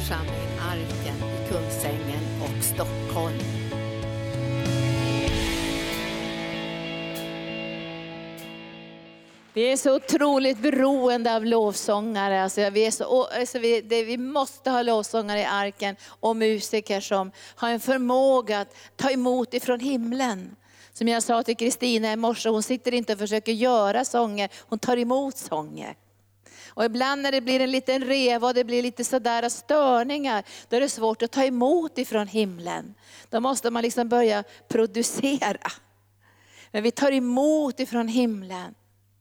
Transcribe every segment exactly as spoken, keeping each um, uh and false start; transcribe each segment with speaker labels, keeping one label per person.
Speaker 1: församling Arken i Kungsängen och Stockholm. Vi är så otroligt beroende av lovsångare. Alltså vi, är så, alltså vi, det, vi måste ha lovsångare i Arken och musiker som har en förmåga att ta emot ifrån himlen. Som jag sa till Kristina i morse, hon sitter inte och försöker göra sånger, hon tar emot sånger. Och ibland när det blir en liten reva och det blir lite sådär störningar, då är det svårt att ta emot ifrån himlen. Då måste man liksom börja producera. Men vi tar emot ifrån himlen.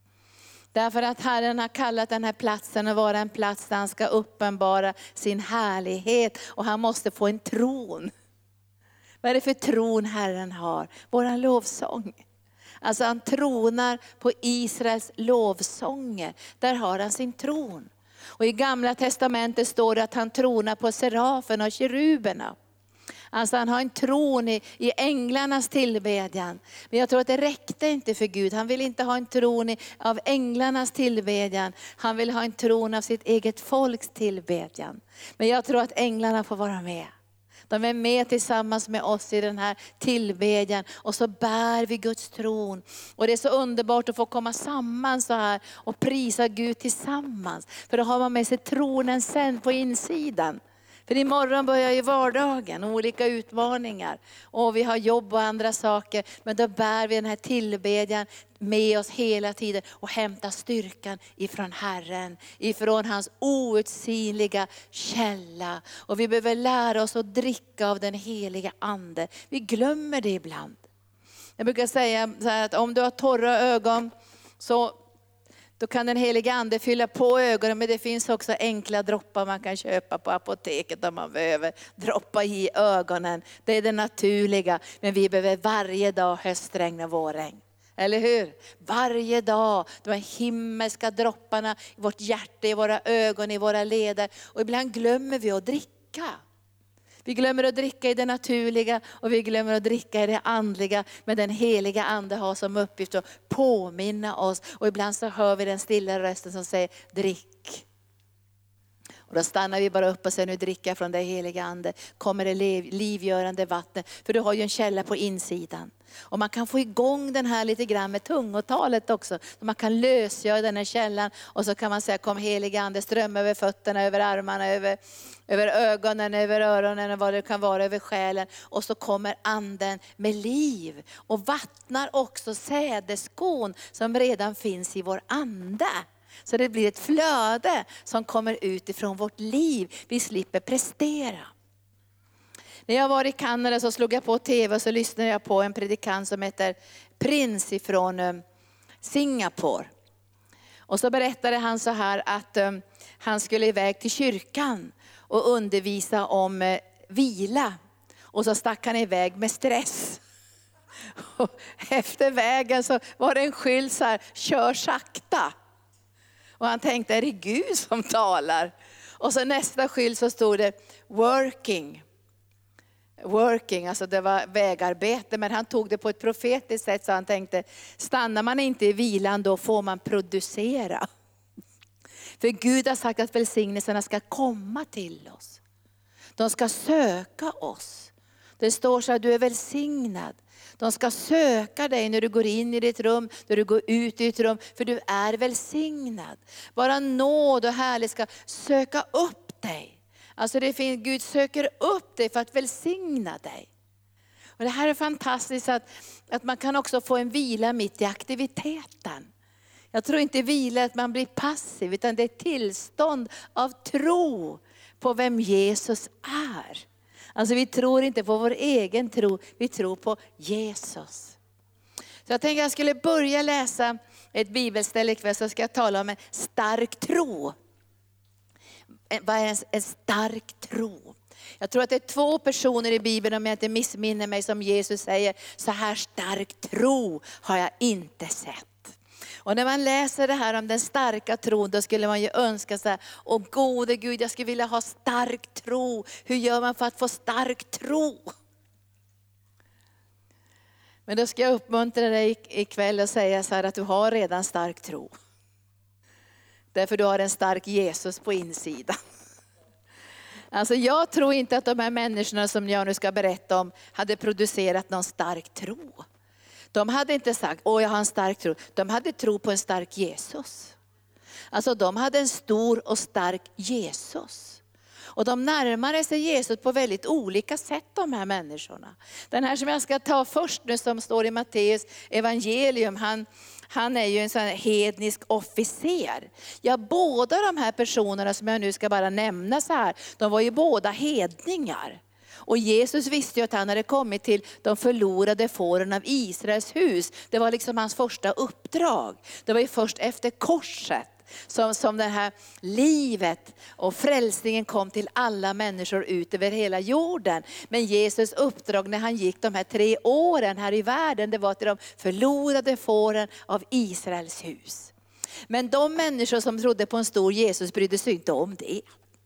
Speaker 1: Därför att Herren har kallat den här platsen att vara en plats där han ska uppenbara sin härlighet. Och han måste få en tron. Vad är det för tron Herren har? Våran lovsång. Alltså han tronar på Israels lovsånger. Där har han sin tron. Och i Gamla testamentet står det att han tronar på seraferna och keruberna. Alltså han har en tron i, i änglarnas tillbedjan. Men jag tror att det räckte inte för Gud. Han vill inte ha en tron i, av änglarnas tillbedjan. Han vill ha en tron av sitt eget folks tillbedjan. Men jag tror att änglarna får vara med. De är med tillsammans med oss i den här tillbedjan. Och så bär vi Guds tron. Och det är så underbart att få komma samman så här. Och prisa Gud tillsammans. För då har man med sig tronen sen på insidan. För imorgon börjar ju vardagen, olika utmaningar. Och vi har jobb och andra saker. Men då bär vi den här tillbedjan med oss hela tiden. Och hämtar styrkan ifrån Herren. Ifrån hans outsinliga källa. Och vi behöver lära oss att dricka av den heliga ande. Vi glömmer det ibland. Jag brukar säga så här att om du har torra ögon så... Då kan den heliga ande fylla på ögonen, men det finns också enkla droppar man kan köpa på apoteket om man behöver droppa i ögonen. Det är det naturliga, men vi behöver varje dag höstregn och vårregn. Eller hur? Varje dag, de här himmelska dropparna i vårt hjärta, i våra ögon, i våra leder. Och ibland glömmer vi att dricka. Vi glömmer att dricka i det naturliga och vi glömmer att dricka i det andliga. Men den heliga ande har som uppgift att påminna oss. Och ibland så hör vi den stilla rösten som säger drick. Och då stannar vi bara upp och säger nu dricker jag från det heliga ande. Kommer det liv, livgörande vatten. För du har ju en källa på insidan. Och man kan få igång den här lite grann med tungotalet också. Så man kan lösgöra den här källan. Och så kan man säga kom heliga ande ström över fötterna, över armarna, över, över ögonen, över öronen och vad det kan vara, över själen. Och så kommer anden med liv. Och vattnar också sädeskon som redan finns i vår ande. Så det blir ett flöde som kommer ut ifrån vårt liv. Vi slipper prestera. När jag var i Kanada så slog jag på tv och så lyssnade jag på en predikant som heter Prins ifrån Singapore. Och så berättade han så här att um, han skulle iväg till kyrkan och undervisa om uh, vila. Och så stack han iväg med stress. Och efter vägen så var det en skylt så här, kör sakta. Och han tänkte, är det Gud som talar? Och så nästa skylt så stod det working. Working, alltså det var vägarbete, men han tog det på ett profetiskt sätt så han tänkte, stannar man inte i vilan då får man producera. För Gud har sagt att välsignelserna ska komma till oss. De ska söka oss. Det står så att du är välsignad. De ska söka dig när du går in i ditt rum, när du går ut i ditt rum, för du är välsignad. Bara nåd och härlighet ska söka upp dig. Alltså det finns, Gud söker upp dig för att välsigna dig. Och det här är fantastiskt att, att man kan också få en vila mitt i aktiviteten. Jag tror inte vila att man blir passiv, utan det är ett tillstånd av tro på vem Jesus är. Alltså vi tror inte på vår egen tro, vi tror på Jesus. Så jag tänkte att jag skulle börja läsa ett bibelställe ikväll, så ska jag tala om en stark tro. Vad är en, en stark tro? Jag tror att det är två personer i Bibeln, om jag inte missminner mig, som Jesus säger, så här stark tro har jag inte sett. Och när man läser det här om den starka tron, då skulle man ju önska sig, åh gode Gud, jag skulle vilja ha stark tro. Hur gör man för att få stark tro? Men då ska jag uppmuntra dig ikväll och säga så här att du har redan stark tro. Därför du har en stark Jesus på insidan. Alltså jag tror inte att de här människorna som jag nu ska berätta om hade producerat någon stark tro. De hade inte sagt, åh jag har en stark tro. De hade tro på en stark Jesus. Alltså de hade en stor och stark Jesus. Och de närmade sig Jesus på väldigt olika sätt, de här människorna. Den här som jag ska ta först nu, som står i Matteus evangelium, han, han är ju en sån här hednisk officer. Ja, båda de här personerna som jag nu ska bara nämna så här, de var ju båda hedningar. Och Jesus visste ju att han hade kommit till de förlorade fåren av Israels hus. Det var liksom hans första uppdrag. Det var ju först efter korset som, som det här livet och frälsningen kom till alla människor ut över hela jorden. Men Jesus uppdrag när han gick de här tre åren här i världen, det var till de förlorade fåren av Israels hus. Men de människor som trodde på en stor Jesus brydde sig inte om det.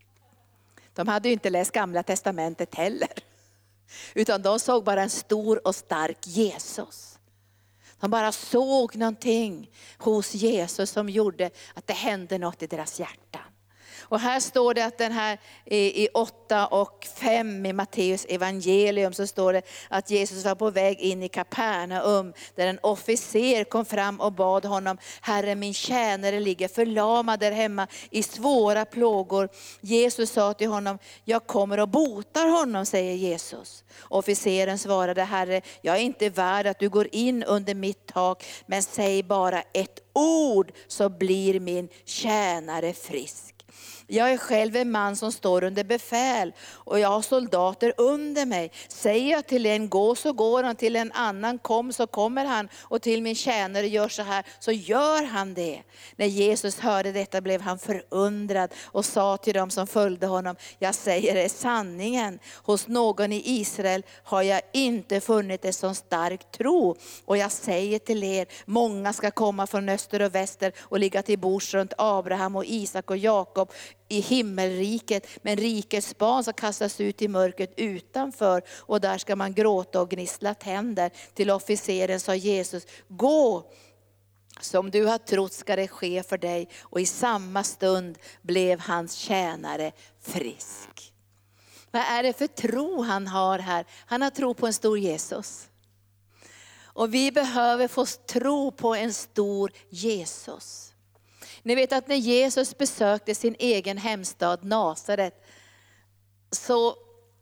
Speaker 1: De hade ju inte läst Gamla testamentet heller. Utan de såg bara en stor och stark Jesus. De bara såg någonting hos Jesus som gjorde att det hände något i deras hjärta. Och här står det att den här i åtta och fem i Matteus evangelium så står det att Jesus var på väg in i Kapernaum, där en officer kom fram och bad honom: Herre, min tjänare ligger förlamad där hemma i svåra plågor. Jesus sa till honom: jag kommer och botar honom, säger Jesus. Officeren svarade: Herre, jag är inte värd att du går in under mitt tak, men säg bara ett ord så blir min tjänare frisk. Jag är själv en man som står under befäl och jag har soldater under mig. Säger jag till en gå så går han, till en annan kom så kommer han, och till min tjänare gör så här så gör han det. När Jesus hörde detta blev han förundrad och sa till dem som följde honom: jag säger er sanningen, hos någon i Israel har jag inte funnit en så stark tro. Och jag säger till er, många ska komma från öster och väster och ligga till bords runt Abraham och Isak och Jakob i himmelriket, men rikets barn ska kastas ut i mörkret utanför, och där ska man gråta och gnissla tänder. Till officeren sa Jesus: gå, som du har trott ska det ske för dig. Och i samma stund blev hans tjänare frisk. Vad är det för tro han har här? Han har tro på en stor Jesus. Och vi behöver få tro på en stor Jesus. Ni vet att när Jesus besökte sin egen hemstad Nasaret så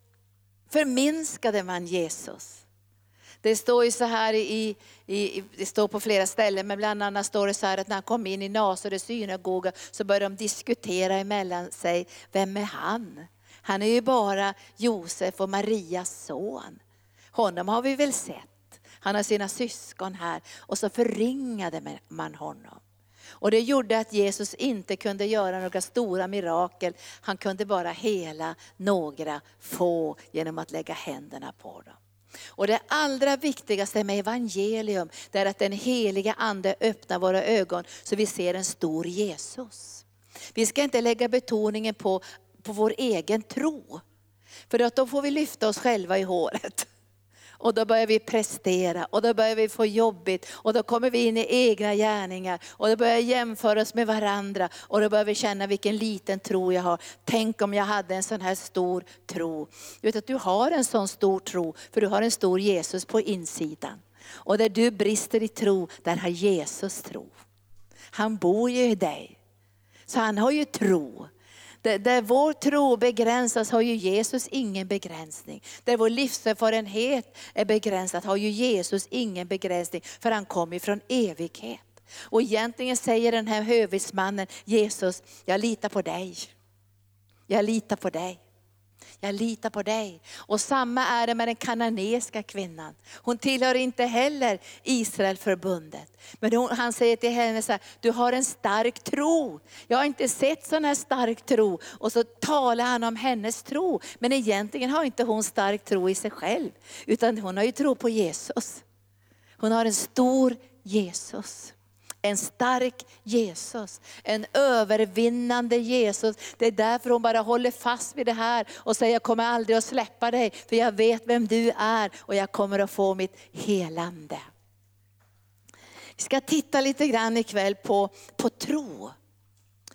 Speaker 1: förminskade man Jesus. Det står ju så här i, i, det står på flera ställen, men bland annat står det så här att när han kom in i Nasarets synagoga så började de diskutera emellan sig: vem är han? Han är ju bara Josef och Marias son. Honom har vi väl sett. Han har sina syskon här. Och så förringade man honom. Och det gjorde att Jesus inte kunde göra några stora mirakel. Han kunde bara hela några få genom att lägga händerna på dem. Och det allra viktigaste med evangelium, det är att den heliga ande öppnar våra ögon så vi ser en stor Jesus. Vi ska inte lägga betoningen på, på vår egen tro. För att då får vi lyfta oss själva i håret. Och då börjar vi prestera och då börjar vi få jobbigt och då kommer vi in i egna gärningar och då börjar vi jämföra oss med varandra och då börjar vi känna vilken liten tro jag har. Tänk om jag hade en sån här stor tro. Du vet att du har en sån stor tro för du har en stor Jesus på insidan. Och där du brister i tro, där har Jesus tro. Han bor ju i dig. Så han har ju tro. Där, där vår tro begränsas har ju Jesus ingen begränsning. Där vår livserfarenhet är begränsad har ju Jesus ingen begränsning. För han kommer från evighet. Och egentligen säger den här hövitsmannen: Jesus, jag litar på dig. Jag litar på dig. Jag litar på dig. Och samma är det med den kananeiska kvinnan. Hon tillhör inte heller Israelförbundet. Men hon, han säger till henne så här: du har en stark tro. Jag har inte sett sån här stark tro. Och så talar han om hennes tro. Men egentligen har inte hon stark tro i sig själv. Utan hon har ju tro på Jesus. Hon har en stor Jesus. En stark Jesus, en övervinnande Jesus. Det är därför hon bara håller fast vid det här och säger: jag kommer aldrig att släppa dig, för jag vet vem du är och jag kommer att få mitt helande. Vi ska titta lite grann ikväll på, på tro.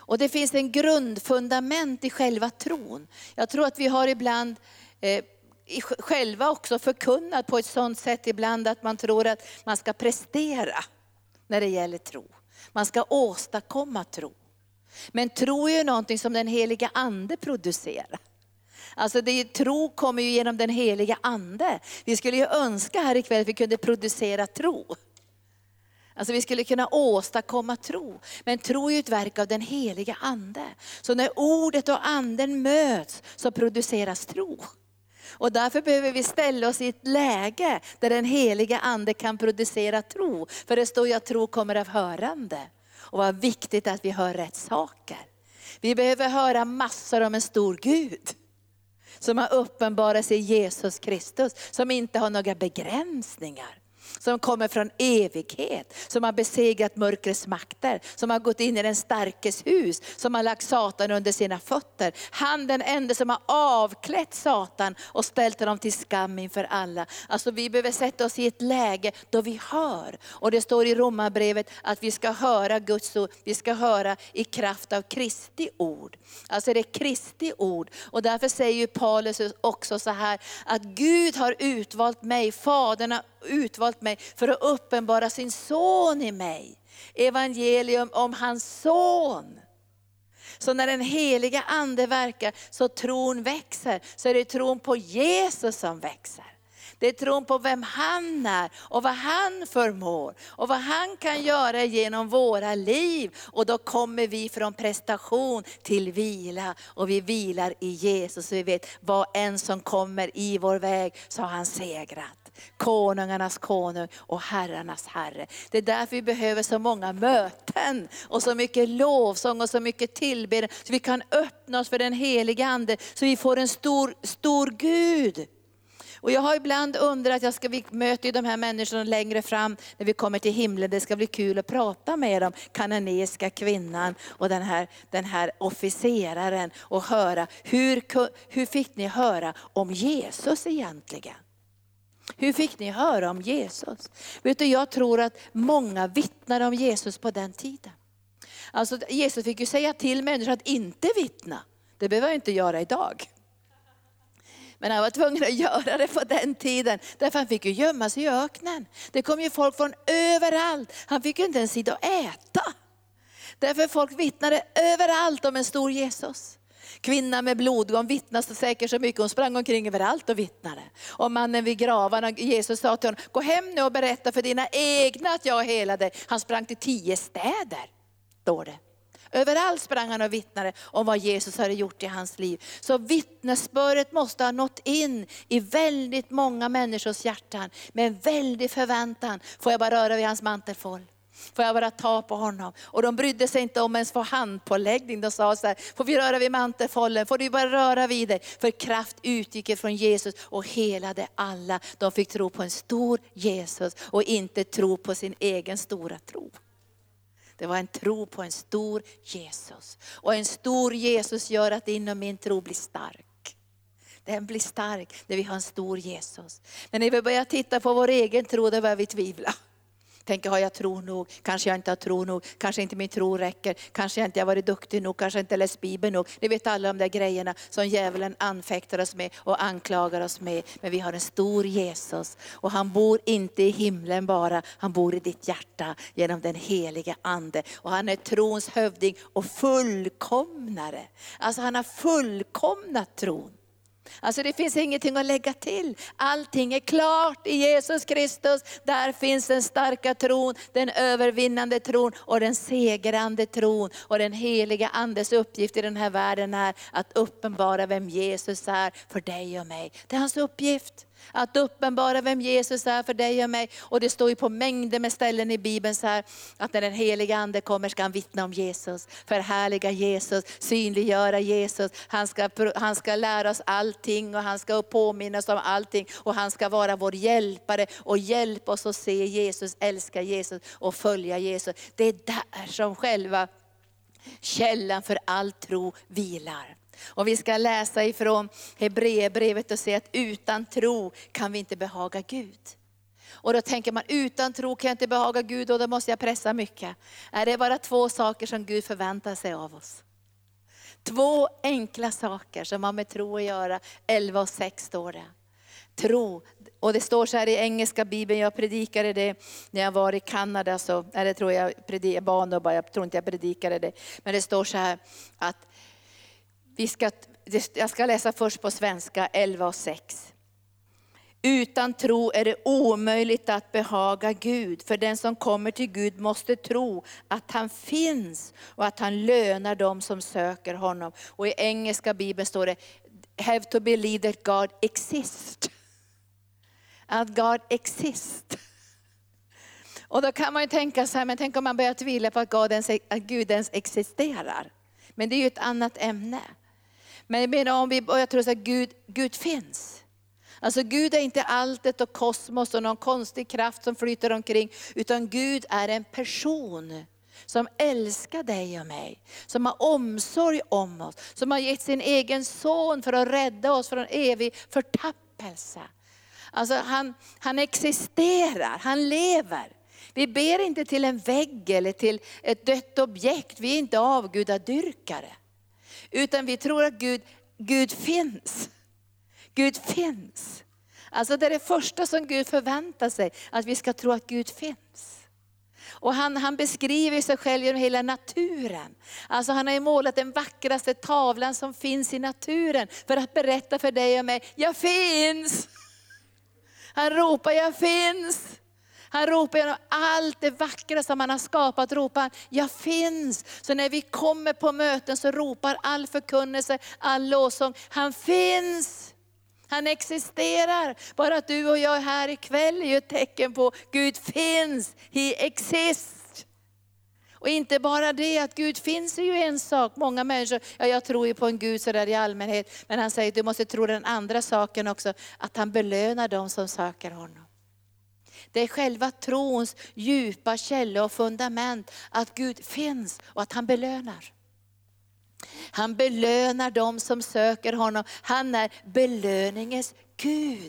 Speaker 1: Och det finns en grundfundament i själva tron. Jag tror att vi har ibland eh, själva också förkunnat på ett sådant sätt ibland att man tror att man ska prestera när det gäller tro. Man ska åstadkomma tro. Men tro är ju någonting som den heliga ande producerar. Alltså det är, tro kommer ju genom den heliga ande. Vi skulle ju önska här ikväll att vi kunde producera tro. Alltså vi skulle kunna åstadkomma tro. Men tro är ju ett verk av den heliga ande. Så när ordet och anden möts så produceras tro. Och därför behöver vi ställa oss i ett läge där den heliga ande kan producera tro. För det står ju att tro kommer av hörande. Och vad viktigt att vi hör rätt saker. Vi behöver höra massor om en stor Gud. Som har uppenbarat sig i Jesus Kristus. Som inte har några begränsningar. Som kommer från evighet. Som har besegrat mörkrets makter. Som har gått in i den starkes hus. Som har lagt Satan under sina fötter. Han den enda som har avklätt Satan. Och ställt honom till skam inför alla. Alltså vi behöver sätta oss i ett läge då vi hör. Och det står i Romarbrevet att vi ska höra Guds ord. Vi ska höra i kraft av Kristi ord. Alltså det är Kristi ord. Och därför säger ju Paulus också så här. Att Gud har utvalt mig. Fadern har utvalt mig för att uppenbara sin son i mig. Evangelium om hans son. Så när den heliga ande verkar så tron växer. Så är det tron på Jesus som växer. Det är tron på vem han är och vad han förmår. Och vad han kan göra genom våra liv. Och då kommer vi från prestation till vila. Och vi vilar i Jesus. Och vi vet vad en som kommer i vår väg så har han segrat. Konungarnas konung och herrarnas herre. Det är därför vi behöver så många möten och så mycket lovsång och så mycket tillbedjan. Så vi kan öppna oss för den heliga ande så vi får en stor, stor Gud. Och jag har ibland undrat, jag ska, vi möter ju de här människorna längre fram när vi kommer till himlen. Det ska bli kul att prata med dem, kananeiska kvinnan och den här, den här officeraren. Och höra, hur, hur fick ni höra om Jesus egentligen? Hur fick ni höra om Jesus? Vet du, jag tror att många vittnade om Jesus på den tiden. Alltså Jesus fick ju säga till människor att inte vittna. Det behöver jag inte göra idag. Men han var tvungen att göra det på den tiden. Därför han fick ju gömma sig i öknen. Det kom ju folk från överallt. Han fick ju inte ens sitta och äta. Därför folk vittnade överallt om en stor Jesus. Kvinnan med blodgång vittnade så säkert så mycket. Hon sprang omkring överallt och vittnade. Och mannen vid gravarna, Jesus sa till honom, gå hem nu och berätta för dina egna att jag helade. Han sprang till tio städer, står det. Överallt sprang han och vittnade om vad Jesus hade gjort i hans liv. Så vittnesbördet måste ha nått in i väldigt många människors hjärtan. Med en väldig förväntan. Får jag bara röra vid hans mantelfåll? Får jag bara ta på honom? Och de brydde sig inte om ens få handpåläggning. De sa så här, får vi röra vid mantelfållen? Får du bara röra vid dig? För kraft utgick från Jesus och helade alla. De fick tro på en stor Jesus och inte tro på sin egen stora tro. Det var en tro på en stor Jesus. Och en stor Jesus gör att inom min tro blir stark. Den blir stark när vi har en stor Jesus. Men när vi börjar titta på vår egen tro, då börjar vi tvivla. Tänker, har jag tro nog? Kanske jag inte har tro nog. Kanske inte min tro räcker. Kanske jag inte har varit duktig nog. Kanske jag inte läst Bibeln nog. Ni vet alla de där grejerna som djävulen anfäktar oss med och anklagar oss med. Men vi har en stor Jesus. Och han bor inte i himlen bara. Han bor i ditt hjärta genom den heliga ande. Och han är trons hövding och fullkomnare. Alltså han har fullkomnat tron. Alltså det finns ingenting att lägga till. Allting är klart i Jesus Kristus. Där finns den starka tron, den övervinnande tron och den segrande tron. Och den heliga andes uppgift i den här världen är att uppenbara vem Jesus är för dig och mig. Det är hans uppgift. Att uppenbara vem Jesus är för dig och mig. Och det står ju på mängder med ställen i Bibeln så här, att när den heliga ande kommer ska han vittna om Jesus. Förhärliga Jesus, synliggöra Jesus. Han ska, han ska lära oss allting och han ska påminna oss om allting. Och han ska vara vår hjälpare och hjälpa oss att se Jesus, älska Jesus och följa Jesus. Det är där som själva källan för all tro vilar. Och vi ska läsa ifrån Hebreerbrevet och se att utan tro kan vi inte behaga Gud. Och då tänker man, utan tro kan jag inte behaga Gud och då måste jag pressa mycket. Nej, det är bara två saker som Gud förväntar sig av oss. Två enkla saker som har med tro att göra. elva och sex står det. Tro. Och det står så här i engelska bibeln, jag predikade det när jag var i Kanada. Så, nej, det tror jag predikade, barn och bara, jag tror inte jag predikade det. Men det står så här att vi ska, jag ska läsa först på svenska elva och sex. Utan tro är det omöjligt att behaga Gud. För den som kommer till Gud måste tro att han finns och att han lönar dem som söker honom. Och i engelska bibeln står det, have to believe that God exists. Att God exists. Och då kan man ju tänka så här, men tänk om man börjar tvivla på att, God ens, att Gud ens existerar. Men det är ju ett annat ämne. Men jag menar om vi börjar tro att Gud, Gud finns. Alltså Gud är inte alltet och kosmos och någon konstig kraft som flyter omkring. Utan Gud är en person som älskar dig och mig. Som har omsorg om oss. Som har gett sin egen son för att rädda oss från evig förtappelse. Alltså han, han existerar, han lever. Vi ber inte till en vägg eller till ett dött objekt. Vi är inte avgudadyrkare. Utan vi tror att Gud, Gud finns. Gud finns. Alltså det är det första som Gud förväntar sig. Att vi ska tro att Gud finns. Och han, han beskriver sig själv genom hela naturen. Alltså han har ju målat den vackraste tavlan som finns i naturen. För att berätta för dig och mig, jag finns. Han ropar, jag finns. Han ropar genom allt det vackra som han har skapat, ropar han, jag finns. Så när vi kommer på möten så ropar all förkunnelse, all lovsång, han finns. Han existerar. Bara att du och jag är här ikväll är ju ett tecken på Gud finns. He exists. Och inte bara det, att Gud finns är ju en sak. Många människor, ja, jag tror ju på en Gud så där i allmänhet. Men han säger att du måste tro den andra saken också. Att han belönar dem som söker honom. Det är själva trons djupa källa och fundament. Att Gud finns och att han belönar. Han belönar dem som söker honom. Han är belöningens Gud.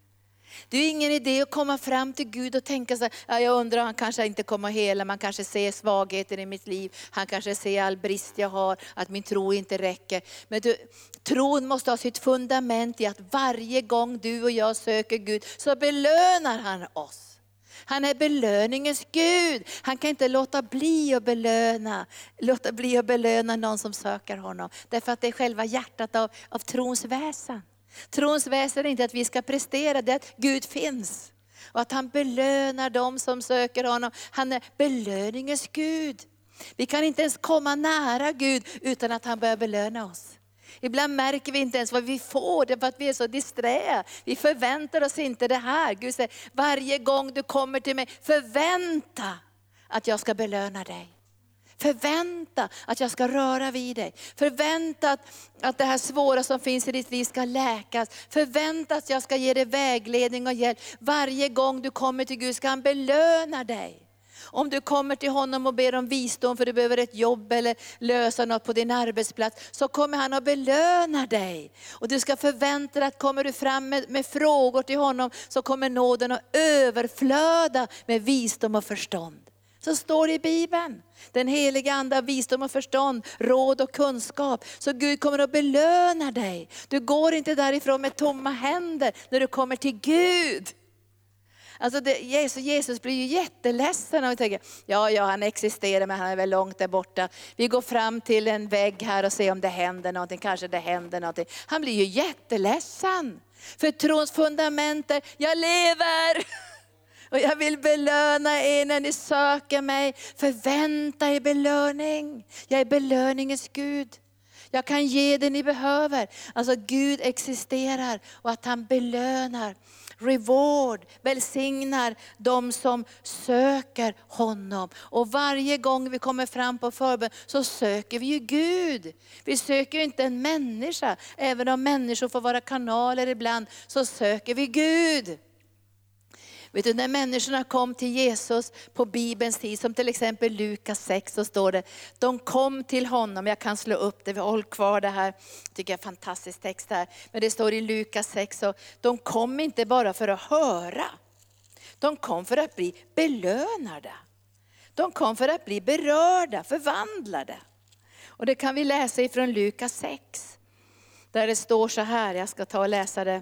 Speaker 1: Det är ingen idé att komma fram till Gud och tänka så här, ja, jag undrar, han kanske inte kommer hela, man kanske ser svagheten i mitt liv. Han kanske ser all brist jag har, att min tro inte räcker. Men du, tron måste ha sitt fundament i att varje gång du och jag söker Gud så belönar han oss. Han är belöningens Gud. Han kan inte låta bli att belöna, låta bli att belöna någon som söker honom. Därför att det är själva hjärtat av, av trons väsen. Trons väsen är inte att vi ska prestera, det är att Gud finns. Och att han belönar dem som söker honom. Han är belöningens Gud. Vi kan inte ens komma nära Gud utan att han börjar belöna oss. Ibland märker vi inte ens vad vi får, det för att vi är så disträ. Vi förväntar oss inte det här. Gud säger, varje gång du kommer till mig, förvänta att jag ska belöna dig. Förvänta att jag ska röra vid dig. Förvänta att, att det här svåra som finns i ditt liv ska läkas. Förvänta att jag ska ge dig vägledning och hjälp. Varje gång du kommer till Gud ska han belöna dig. Om du kommer till honom och ber om visdom för du behöver ett jobb eller lösa något på din arbetsplats, så kommer han att belöna dig. Och du ska förvänta dig att kommer du fram med, med frågor till honom, så kommer nåden att överflöda med visdom och förstånd. Så står det i Bibeln. Den heliga ande av visdom och förstånd, råd och kunskap. Så Gud kommer att belöna dig. Du går inte därifrån med tomma händer när du kommer till Gud. Alltså det, Jesus, Jesus blir ju jätteledsen och tänker, ja, ja han existerar men han är väl långt där borta. Vi går fram till en vägg här och ser om det händer någonting, kanske det händer någonting. Han blir ju jätteledsen. För trons fundamenter, jag lever och jag vill belöna er när ni söker mig. Förvänta er belöning. Jag är belöningens Gud. Jag kan ge det ni behöver. Alltså Gud existerar och att han belönar. Reward, välsignar de som söker honom. Och varje gång vi kommer fram på förbön så söker vi ju Gud. Vi söker ju inte en människa. Även om människor får vara kanaler ibland, så söker vi Gud. Vet du, när människorna kom till Jesus på Bibelns tid, som till exempel Lukas sex, så står det, de kom till honom, jag kan slå upp det, vi håller kvar det här, tycker jag är en fantastisk text här. Men det står i Lukas sex, så de kom inte bara för att höra. De kom för att bli belönade. De kom för att bli berörda, förvandlade. Och det kan vi läsa ifrån Lukas sex. Där det står så här, jag ska ta och läsa det.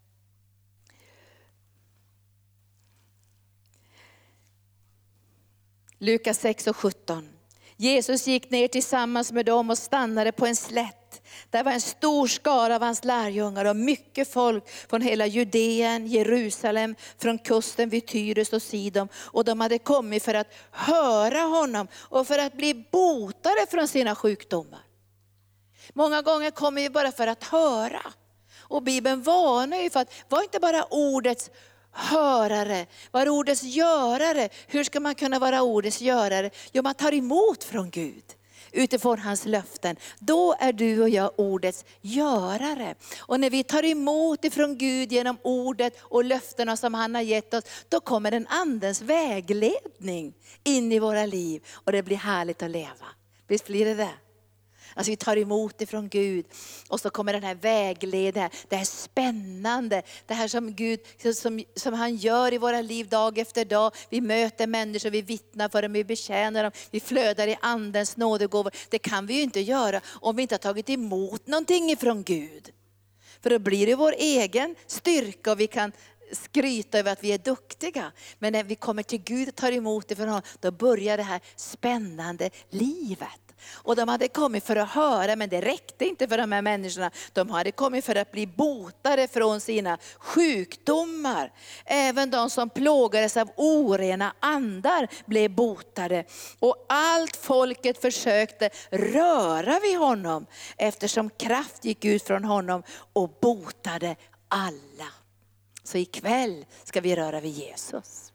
Speaker 1: Lukas sex och sjutton. Jesus gick ner tillsammans med dem och stannade på en slätt. Där var en stor skara av hans lärjungar och mycket folk från hela Judeen, Jerusalem, från kusten vid Tyrus och Sidon. Och de hade kommit för att höra honom och för att bli botade från sina sjukdomar. Många gånger kommer vi bara för att höra. Och Bibeln varnar ju för att var inte bara ordets hörare, var ordets görare. Hur ska man kunna vara ordets görare? Jo, man tar emot från Gud utifrån hans löften. Då är du och jag ordets görare. Och när vi tar emot ifrån Gud genom ordet och löftena som han har gett oss, då kommer en andens vägledning in i våra liv. Och det blir härligt att leva. Visst blir det det? Alltså vi tar emot ifrån Gud och så kommer den här vägledningen, det här spännande, det här som Gud, som, som han gör i våra liv dag efter dag. Vi möter människor, vi vittnar för dem, vi betjänar dem, vi flödar i andens nådegåvor. Det kan vi ju inte göra om vi inte har tagit emot någonting ifrån Gud. För då blir det vår egen styrka och vi kan skryta över att vi är duktiga. Men när vi kommer till Gud och tar emot det från honom, då börjar det här spännande livet. Och de hade kommit för att höra, men det räckte inte för de här människorna. De hade kommit för att bli botade från sina sjukdomar. Även de som plågades av orena andar blev botade. Och allt folket försökte röra vid honom, eftersom kraft gick ut från honom och botade alla. Så ikväll ska vi röra vid Jesus.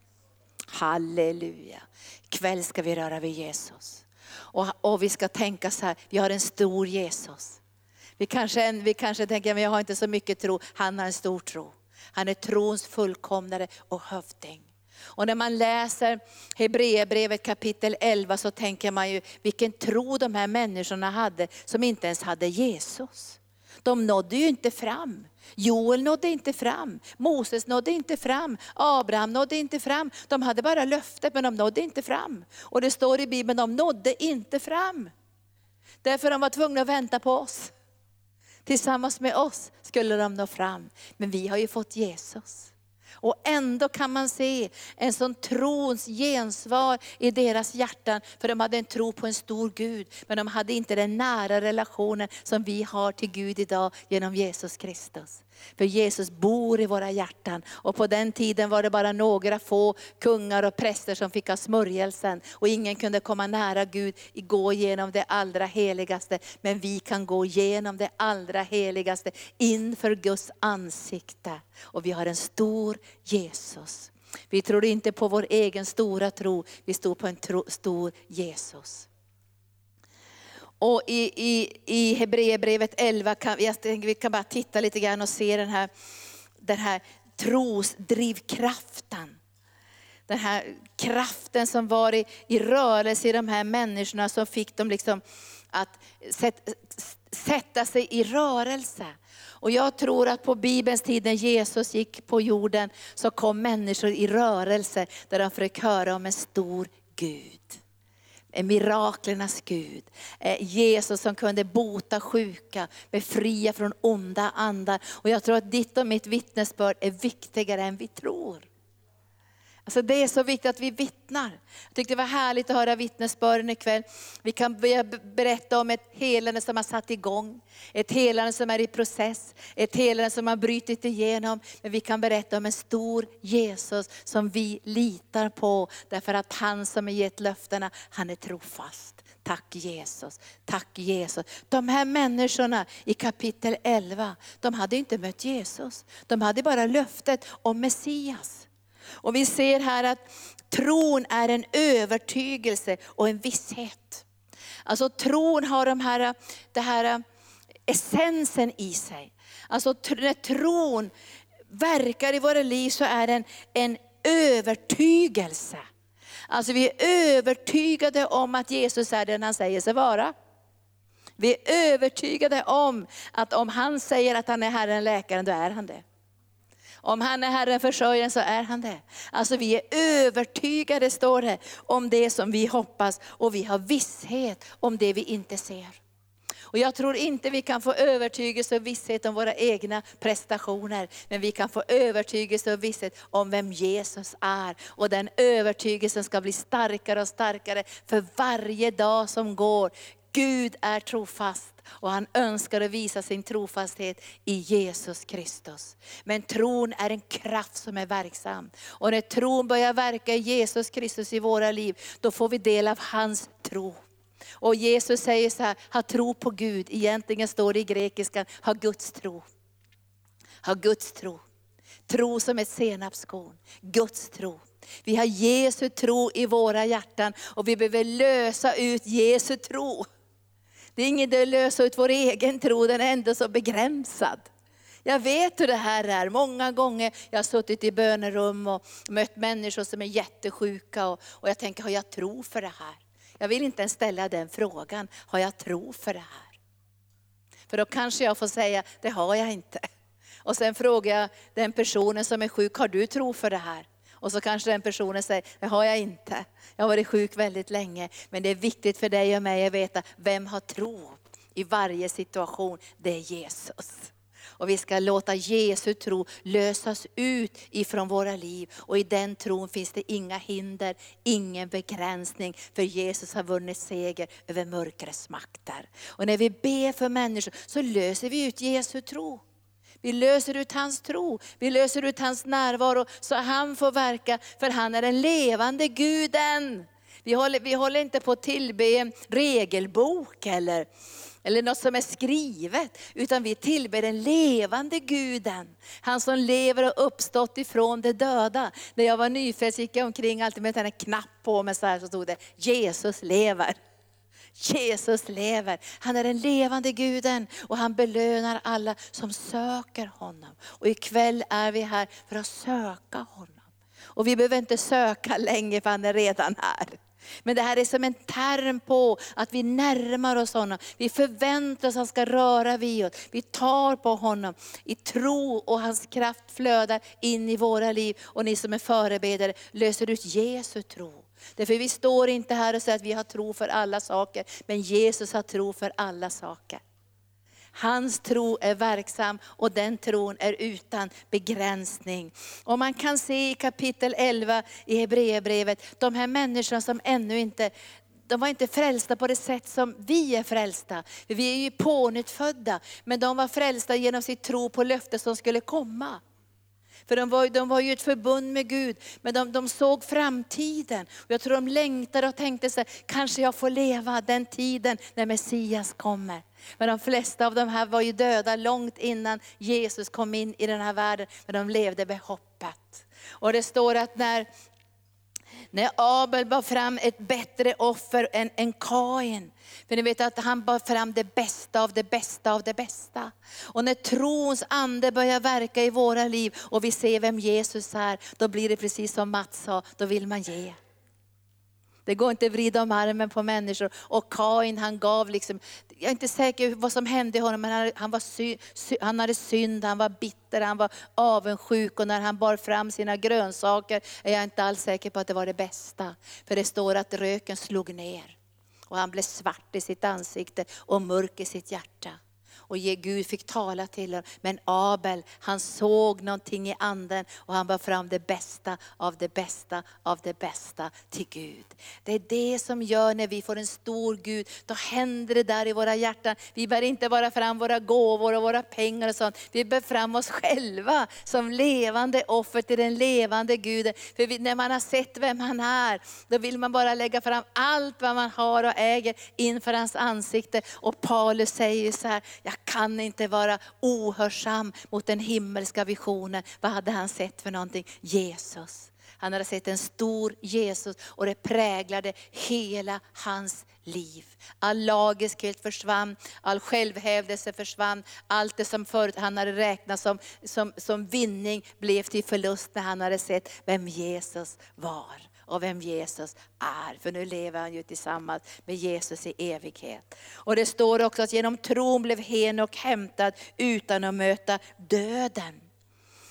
Speaker 1: Halleluja. Ikväll ska vi röra vid Jesus. Och, och vi ska tänka så här, vi har en stor Jesus. Vi kanske, vi kanske tänker, men jag har inte så mycket tro. Han har en stor tro. Han är trons fullkomnare och hövding. Och när man läser Hebreerbrevet kapitel elva så tänker man ju vilken tro de här människorna hade som inte ens hade Jesus. De nådde ju inte fram. Joel nådde inte fram. Moses nådde inte fram. Abraham nådde inte fram. De hade bara löftet, men de nådde inte fram. Och det står i Bibeln, de nådde inte fram. Därför de var tvungna att vänta på oss. Tillsammans med oss skulle de nå fram. Men vi har ju fått Jesus. Och ändå kan man se en sån trons gensvar i deras hjärtan. För de hade en tro på en stor Gud. Men de hade inte den nära relationen som vi har till Gud idag genom Jesus Kristus. För Jesus bor i våra hjärtan. Och på den tiden var det bara några få kungar och präster som fick ha smörjelsen. Och ingen kunde komma nära Gud, gå igenom det allra heligaste. Men vi kan gå igenom det allra heligaste inför Guds ansikte. Och vi har en stor Jesus. Vi tror inte på vår egen stora tro, vi står på en tro, stor Jesus. Och i, i, i Hebreerbrevet elva, kan, jag tänker, vi kan bara titta lite grann och se den här, den här trosdrivkraften. Den här kraften som var i, i rörelse i de här människorna som fick dem liksom att sätt, sätta sig i rörelse. Och jag tror att på Bibelns tid när Jesus gick på jorden så kom människor i rörelse där de fick höra om en stor Gud. En miraklernas Gud. Jesus som kunde bota sjuka, befria från onda andar. Och jag tror att ditt och mitt vittnesbörd är viktigare än vi tror. Alltså det är så viktigt att vi vittnar. Jag tyckte det var härligt att höra vittnesbörden ikväll. Vi kan berätta om ett helande som har satt igång. Ett helande som är i process. Ett helande som har brytit igenom. Men vi kan berätta om en stor Jesus som vi litar på. Därför att han som har gett löftena, han är trofast. Tack Jesus, tack Jesus. De här människorna i kapitel elva, de hade inte mött Jesus. De hade bara löftet om Messias. Och vi ser här att tron är en övertygelse och en visshet. Alltså tron har de här, det här essensen i sig. Alltså när tron verkar i våra liv så är den en övertygelse. Alltså vi är övertygade om att Jesus är den han säger sig vara. Vi är övertygade om att om han säger att han är Herren läkaren, då är han det. Om han är Herren försörjaren så är han det. Alltså vi är övertygade, står det, om det som vi hoppas. Och vi har visshet om det vi inte ser. Och jag tror inte vi kan få övertygelse och visshet om våra egna prestationer. Men vi kan få övertygelse och visshet om vem Jesus är. Och den övertygelsen ska bli starkare och starkare för varje dag som går. Gud är trofast och han önskar att visa sin trofasthet i Jesus Kristus. Men tron är en kraft som är verksam. Och när tron börjar verka i Jesus Kristus i våra liv, då får vi del av hans tro. Och Jesus säger så här, ha tro på Gud. Egentligen står det i grekiskan, ha Guds tro. Ha Guds tro. Tro som ett senapskorn. Guds tro. Vi har Jesu tro i våra hjärtan och vi behöver lösa ut Jesu tro. Det är inget att lösa ut vår egen tro, den är ändå så begränsad. Jag vet hur det här är. Många gånger jag har suttit i bönerum och mött människor som är jättesjuka. Och, och jag tänker, har jag tro för det här? Jag vill inte ens ställa den frågan, har jag tro för det här? För då kanske jag får säga, det har jag inte. Och sen frågar jag den personen som är sjuk, har du tro för det här? Och så kanske den personen säger, det har jag inte. Jag har varit sjuk väldigt länge. Men det är viktigt för dig och mig att veta, vem har tro i varje situation? Det är Jesus. Och vi ska låta Jesu tro lösas ut ifrån våra liv. Och i den tron finns det inga hinder, ingen begränsning. För Jesus har vunnit seger över mörkrets makter. Och när vi ber för människor så löser vi ut Jesu tro. Vi löser ut hans tro, vi löser ut hans närvaro så han får verka, för han är den levande Guden. Vi håller, vi håller inte på att tillbe en regelbok eller, eller något som är skrivet, utan vi tillber den levande Guden. Han som lever och uppstått ifrån de döda. När jag var nyfrälst gick jag omkring alltid med en knapp på mig så här, så stod det, Jesus lever. Jesus lever. Han är den levande Guden och han belönar alla som söker honom. Och ikväll är vi här för att söka honom. Och vi behöver inte söka länge för han är redan här. Men det här är som en term på att vi närmar oss honom. Vi förväntar oss att han ska röra vid oss. Vi tar på honom i tro och hans kraft flödar in i våra liv. Och ni som är förebedjare löser ut Jesu tro. Därför vi står inte här och säger att vi har tro för alla saker. Men Jesus har tro för alla saker. Hans tro är verksam och den tron är utan begränsning. Och man kan se i kapitel elva i Hebreerbrevet, de här människorna som ännu inte, de var inte frälsta på det sätt som vi är frälsta. Vi är ju pånyttfödda, men de var frälsta genom sitt tro på löftet som skulle komma. För de var, de var ju ett förbund med Gud, men de, de såg framtiden. Och jag tror de längtade och tänkte sig, kanske jag får leva den tiden när Messias kommer. Men de flesta av de här var ju döda långt innan Jesus kom in i den här världen. Men de levde med hoppet. Och det står att när, när Abel bar fram ett bättre offer än, än Kain. För ni vet att han bar fram det bästa av det bästa av det bästa. Och när trons ande börjar verka i våra liv och vi ser vem Jesus är, då blir det precis som Mats sa, då vill man ge. Det går inte att vrida om armen på människor. Och Kain, han gav liksom, jag är inte säker vad som hände honom, men han, han, var sy, sy, han hade synd, han var bitter, han var avundsjuk. Och när han bar fram sina grönsaker är jag inte alls säker på att det var det bästa. För det står att röken slog ner. Och han blev svart i sitt ansikte och mörk i sitt hjärta. Och Gud fick tala till honom. Men Abel, han såg någonting i anden. Och han bar fram det bästa av det bästa av det bästa till Gud. Det är det som gör när vi får en stor Gud. Då händer det där i våra hjärtan. Vi bär inte bara fram våra gåvor och våra pengar och sånt. Vi bär fram oss själva som levande offer till den levande Guden. För vi, när man har sett vem han är, då vill man bara lägga fram allt vad man har och äger inför hans ansikte. Och Paulus säger så här, jag kan inte vara ohörsam mot den himmelska visionen. Vad hade han sett för någonting? Jesus. Han hade sett en stor Jesus och det präglade hela hans liv. All lagiskhet försvann, all självhävdelse försvann. Allt det som förut han hade räknat som, som, som vinning blev till förlust när han hade sett vem Jesus var. Och vem Jesus är. För nu lever han ju tillsammans med Jesus i evighet. Och det står också att genom tron blev Henok hämtad utan att möta döden.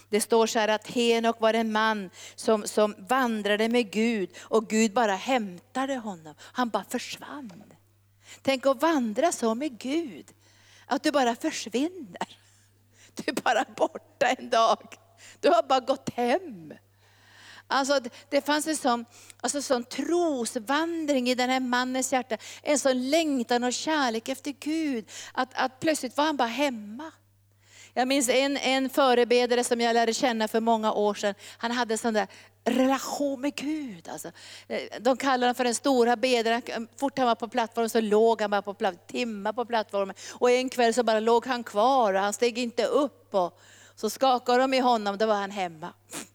Speaker 1: Det står så här att Henok var en man som, som vandrade med Gud och Gud bara hämtade honom. Han bara försvann. Tänk att vandra så med Gud. Att du bara försvinner. Du är bara borta en dag. Du har bara gått hem. Alltså det fanns en sån, alltså sån trosvandring i den här mannens hjärta. En sån längtan och kärlek efter Gud. Att, att plötsligt var han bara hemma. Jag minns en, en förebedare som jag lärde känna för många år sedan. Han hade en sån där relation med Gud. Alltså, de kallar honom för den stora bedaren. Fort han var på plattformen så låg han bara på plattformen, timmar på plattformen. Och en kväll så bara låg han kvar och han steg inte upp. Och så skakade de i honom, då var han hemma.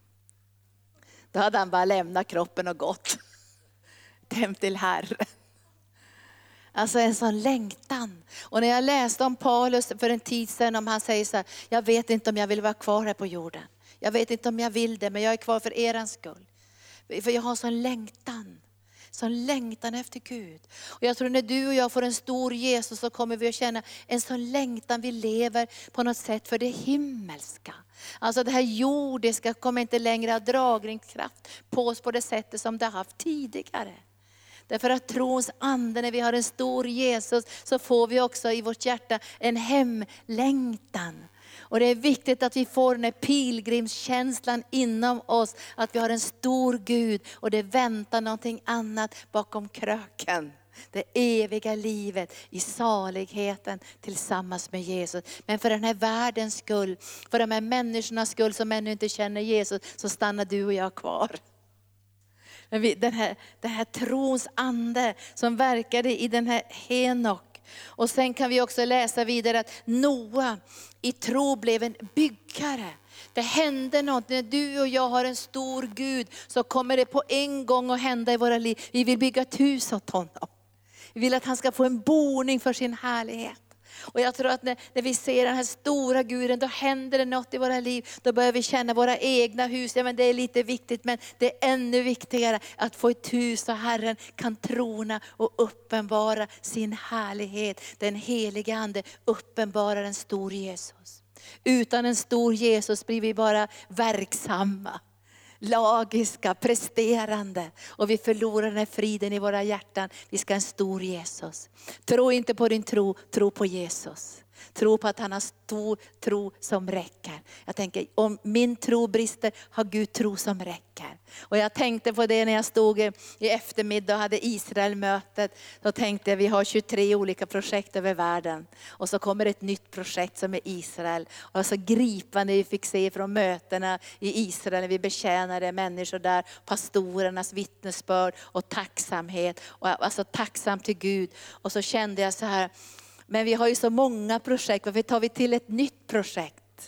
Speaker 1: Då hade han bara lämnat kroppen och gått hem till Herren. Alltså en sån längtan. Och när jag läste om Paulus för en tid sedan, om han säger så här: jag vet inte om jag vill vara kvar här på jorden. Jag vet inte om jag vill det, men jag är kvar för er skull. För jag har sån längtan. Sån längtan efter Gud. Och jag tror när du och jag får en stor Jesus så kommer vi att känna en sån längtan. Vi lever på något sätt för det himmelska. Alltså det här jordiska kommer inte längre ha dragningskraft på oss på det sättet som det har haft tidigare. Därför att trons ande, när vi har en stor Jesus, så får vi också i vårt hjärta en hemlängtan. Och det är viktigt att vi får den här pilgrimskänslan inom oss. Att vi har en stor Gud och det väntar någonting annat bakom kröken. Det eviga livet i saligheten tillsammans med Jesus. Men för den här världens skull, för de här människornas skull som ännu inte känner Jesus, så stannar du och jag kvar. Men vi, den, här, den här trons ande som verkade i den här Henok. Och sen kan vi också läsa vidare att Noa i tro blev en byggare. Det hände något. När du och jag har en stor Gud så kommer det på en gång att hända i våra liv. Vi vill bygga ett hus åt honom. Vi vill att han ska få en boning för sin härlighet. Och jag tror att när, när vi ser den här stora Guden, då händer det något i våra liv. Då börjar vi känna våra egna hus. Ja, men det är lite viktigt, men det är ännu viktigare att få ett hus där Herren kan trona och uppenbara sin härlighet. Den heliga ande uppenbarar en stor Jesus. Utan en stor Jesus blir vi bara verksamma, lagiska, presterande. Och vi förlorar den här friden i våra hjärtan. Vi ska ha en stor Jesus. Tro inte på din tro, tro på Jesus. Tro på att han har stor tro som räcker. Jag tänker, om min tro brister har Gud tro som räcker. Och jag tänkte på det när jag stod i eftermiddag och hade Israel-mötet. Då tänkte jag, vi har tjugotre olika projekt över världen. Och så kommer ett nytt projekt som är Israel. Och så gripande vi fick se från mötena i Israel när vi betjänade människor där. Pastorernas vittnesbörd och tacksamhet. Och alltså tacksam till Gud. Och så kände jag så här, men vi har ju så många projekt, varför tar vi till ett nytt projekt?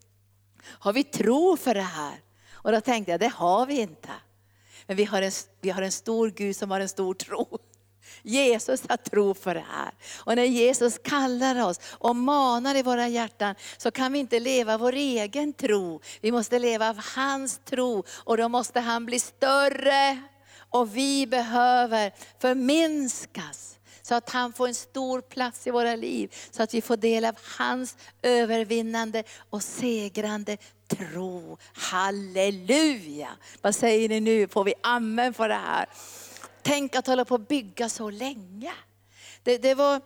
Speaker 1: Har vi tro för det här? Och då tänkte jag, det har vi inte. Men vi har en, vi har en stor Gud som har en stor tro. Jesus har tro för det här. Och när Jesus kallar oss och manar i våra hjärtan, så kan vi inte leva vår egen tro. Vi måste leva av hans tro, och då måste han bli större. Och vi behöver förminskas. Så att han får en stor plats i våra liv. Så att vi får del av hans övervinnande och segrande tro. Halleluja! Vad säger ni nu? Får vi amen på det här? Tänk att hålla på att bygga så länge. Det, det var...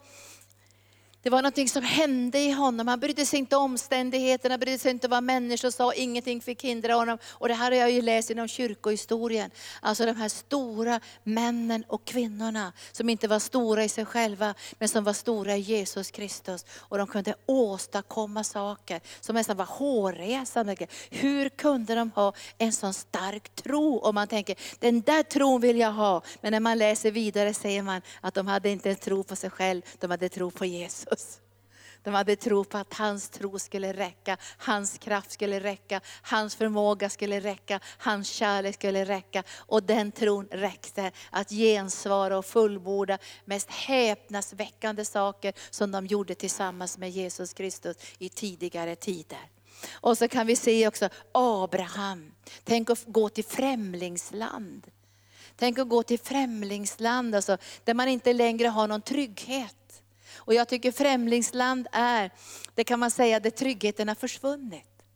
Speaker 1: Det var något som hände i honom. Han brydde sig inte om omständigheterna, brydde sig inte vad människor sa. Ingenting fick hindra honom. Och det här har jag ju läst inom kyrkohistorien. Alltså de här stora männen och kvinnorna. Som inte var stora i sig själva, men som var stora i Jesus Kristus. Och de kunde åstadkomma saker som nästan var hårresande. Hur kunde de ha en sån stark tro? Om man tänker, den där tron vill jag ha. Men när man läser vidare säger man att de hade inte en tro på sig själv. De hade tro på Jesus. De hade tro på att hans tro skulle räcka, hans kraft skulle räcka, hans förmåga skulle räcka, hans kärlek skulle räcka. Och den tron räckte att gensvara och fullborda mest häpnadsväckande saker som de gjorde tillsammans med Jesus Kristus i tidigare tider. Och så kan vi se också Abraham. Tänk att gå till främlingsland. Tänk att gå till främlingsland, alltså, där man inte längre har någon trygghet. Och jag tycker främlingsland är, det kan man säga, där tryggheten har försvunnit.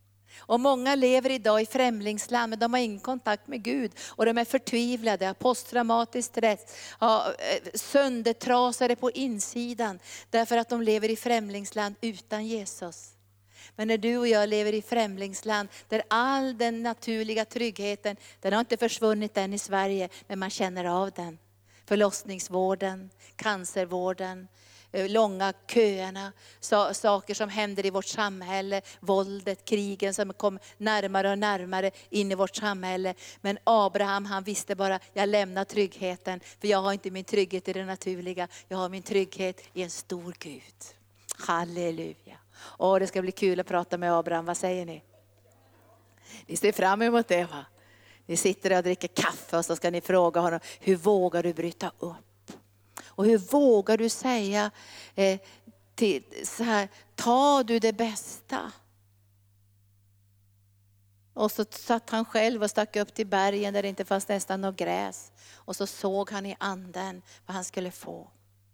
Speaker 1: Och många lever idag i främlingsland, men de har ingen kontakt med Gud. Och de är förtvivlade, har posttraumatisk stress, har söndertrasade på insidan. Därför att de lever i främlingsland utan Jesus. Men när du och jag lever i främlingsland, där all den naturliga tryggheten, den har inte försvunnit än i Sverige, men man känner av den. Förlossningsvården, cancervården, långa köerna, saker som händer i vårt samhälle, våldet, krigen som kommer närmare och närmare in i vårt samhälle. Men Abraham, han visste bara, jag lämnar tryggheten, för jag har inte min trygghet i det naturliga, jag har min trygghet i en stor Gud. Halleluja. Och det ska bli kul att prata med Abraham, vad säger ni? Ni ser fram emot det, va? Ni sitter och dricker kaffe och så ska ni fråga honom, hur vågar du bryta upp? Och hur vågar du säga eh, till, så här, tar du det bästa? Och så satt han själv och stack upp till bergen där det inte fanns nästan något gräs. Och så såg han i anden vad han skulle få.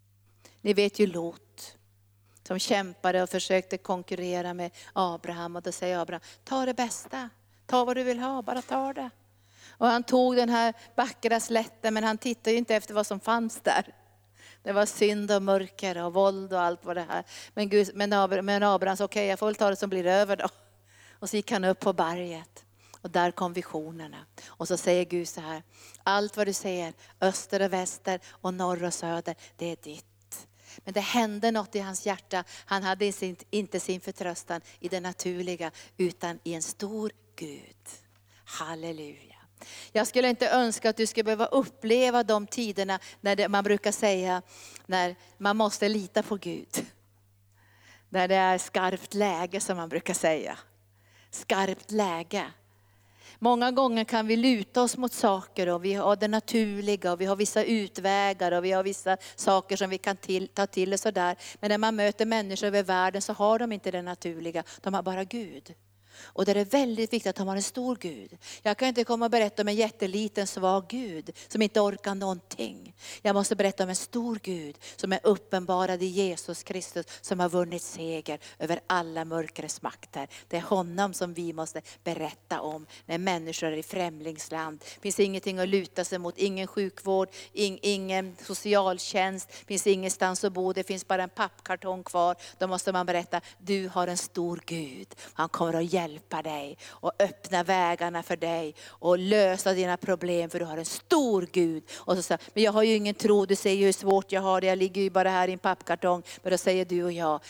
Speaker 1: Ni vet ju Lot, som kämpade och försökte konkurrera med Abraham. Och då säger Abraham, ta det bästa, ta vad du vill ha, bara ta det. Och han tog den här vackra slätten, men han tittade ju inte efter vad som fanns där. Det var synd och mörker och våld och allt vad det här. Men, Gud, men, Abraham, men Abraham sa, okej, okay, jag får väl ta det som blir över då. Och så gick han upp på berget. Och där kom visionerna. Och så säger Gud så här, allt vad du ser, öster och väster och norr och söder, det är ditt. Men det hände något i hans hjärta. Han hade inte sin förtröstan i det naturliga, utan i en stor Gud. Halleluja. Jag skulle inte önska att du skulle behöva uppleva de tiderna när det, man brukar säga, när man måste lita på Gud. När det är skarpt läge, som man brukar säga. Skarpt läge. Många gånger kan vi luta oss mot saker och vi har det naturliga och vi har vissa utvägar och vi har vissa saker som vi kan till, ta till och sådär. Men när man möter människor över världen så har de inte det naturliga, de har bara Gud. Och det är väldigt viktigt att de har en stor Gud. Jag kan inte komma och berätta om en jätteliten svag Gud som inte orkar någonting. Jag måste berätta om en stor Gud som är uppenbarad i Jesus Kristus, som har vunnit seger över alla mörkrets makter. Det är honom som vi måste berätta om när människor är i främlingsland. Det finns ingenting att luta sig mot, ingen sjukvård, ing, ingen socialtjänst, det finns ingenstans att bo, det finns bara en pappkartong kvar. Då måste man berätta, du har en stor Gud. Han kommer att hjälpa hjälpa dig och öppna vägarna för dig och lösa dina problem, för du har en stor Gud. Och så säger, men jag har ju ingen tro, du ser ju hur svårt jag har det, jag ligger ju bara här i en pappkartong. Men då säger du och jag,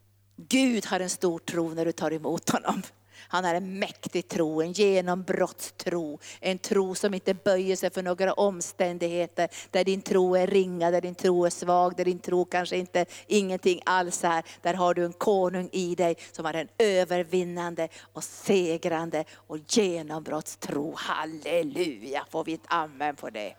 Speaker 1: Gud har en stor tro när du tar emot honom. Han har en mäktig tro, en genombrottstro. En tro som inte böjer sig för några omständigheter. Där din tro är ringa, där din tro är svag, där din tro kanske inte ingenting alls är. Där har du en konung i dig som har en övervinnande och segrande och genombrottstro. Halleluja, får vi ett amen på det.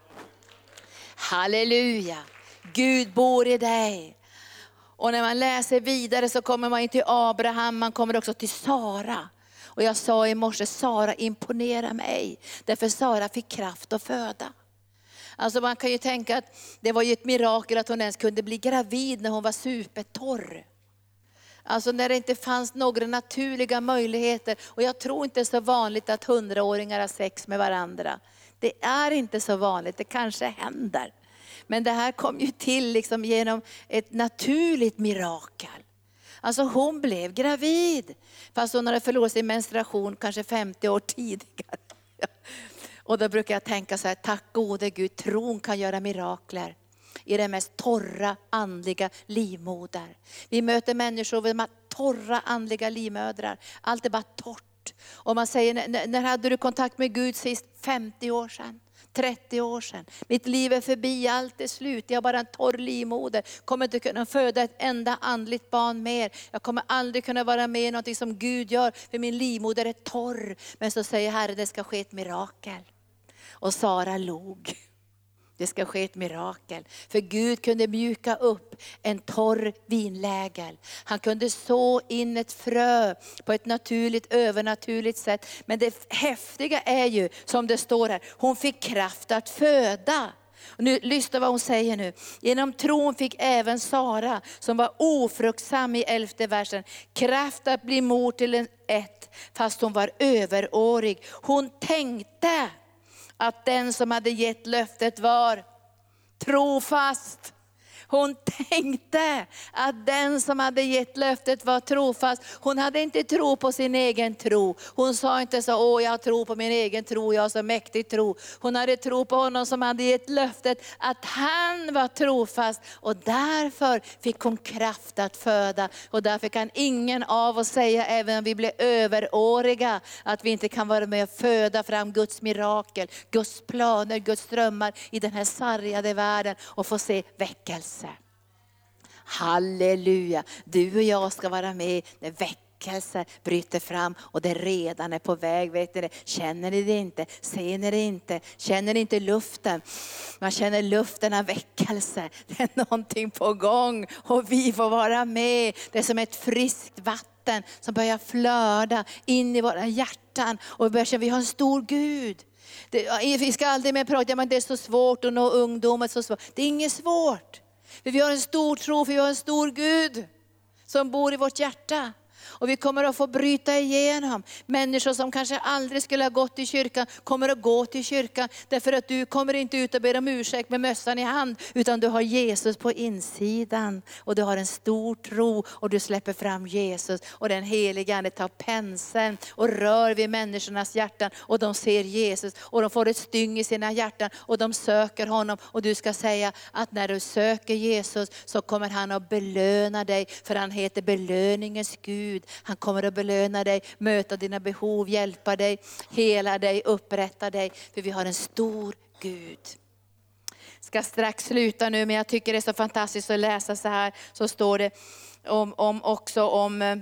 Speaker 1: Halleluja, Gud bor i dig. Och när man läser vidare så kommer man in till Abraham, man kommer också till Sara. Och jag sa i morse, Sara imponerar mig. Därför Sara fick kraft att föda. Alltså man kan ju tänka att det var ju ett mirakel att hon ens kunde bli gravid när hon var supertorr. Alltså när det inte fanns några naturliga möjligheter. Och jag tror inte det är så vanligt att hundraåringar har sex med varandra. Det är inte så vanligt, det kanske händer. Men det här kom ju till liksom genom ett naturligt mirakel. Alltså hon blev gravid. Fast hon hade förlorat sin menstruation kanske femtio år tidigare. Och då brukar jag tänka så här, tack gode Gud, tron kan göra mirakler. I den mest torra andliga livmoder. Vi möter människor med de här torra andliga livmödrar. Allt är bara torrt. Och man säger, när, när hade du kontakt med Gud sist? femtio år sedan. trettio år sedan. Mitt liv är förbi, allt är slut. Jag har bara en torr livmoder. Kommer inte kunna föda ett enda andligt barn mer. Jag kommer aldrig kunna vara med i något som Gud gör. För min livmoder är torr. Men så säger Herren, det ska ske ett mirakel. Och Sara log. Det ska ske ett mirakel. För Gud kunde mjuka upp en torr vinlägel. Han kunde så in ett frö på ett naturligt, övernaturligt sätt. Men det häftiga är ju, som det står här, hon fick kraft att föda. Och nu, lyssna vad hon säger nu. Genom tron fick även Sara, som var ofruktsam i elfte versen, kraft att bli mor till en ett, fast hon var överårig. Hon tänkte att den som hade gett löftet var trofast. Hon tänkte att den som hade gett löftet var trofast. Hon hade inte tro på sin egen tro. Hon sa inte så, åh jag tror på min egen tro, jag har så mäktig tro. Hon hade tro på honom som hade gett löftet att han var trofast. Och därför fick hon kraft att föda. Och därför kan ingen av oss säga, även om vi blir överåriga, att vi inte kan vara med och föda fram Guds mirakel, Guds planer, Guds drömmar i den här sargade världen och få se väckelse. Halleluja, du och jag ska vara med när väckelse bryter fram och det redan är på väg. Vet ni det? Känner ni det inte? Ser ni det inte? Känner ni inte luften? Man känner luften av väckelse. Det är någonting på gång och vi får vara med. Det är som ett friskt vatten som börjar flöda in i våra hjärtan och vi börjar känna, vi har en stor Gud. Det, vi ska aldrig mer prata om att det är så svårt att nå ungdomen. Så svårt. Det är inget svårt. För vi har en stor tro, för vi har en stor Gud som bor i vårt hjärta. Och vi kommer att få bryta igenom. Människor som kanske aldrig skulle ha gått till kyrkan kommer att gå till kyrkan. Därför att du kommer inte ut och ber om ursäkt med mössan i hand. Utan du har Jesus på insidan. Och du har en stor tro och du släpper fram Jesus. Och den heliga Ande tar penseln och rör vid människornas hjärtan. Och de ser Jesus och de får ett styng i sina hjärtan. Och de söker honom. Och du ska säga att när du söker Jesus så kommer han att belöna dig. För han heter belöningens Gud. Han kommer att belöna dig, möta dina behov, hjälpa dig, hela dig, upprätta dig. För vi har en stor Gud. Ska strax sluta nu, men jag tycker det är så fantastiskt att läsa så här. Så står det om, om också om...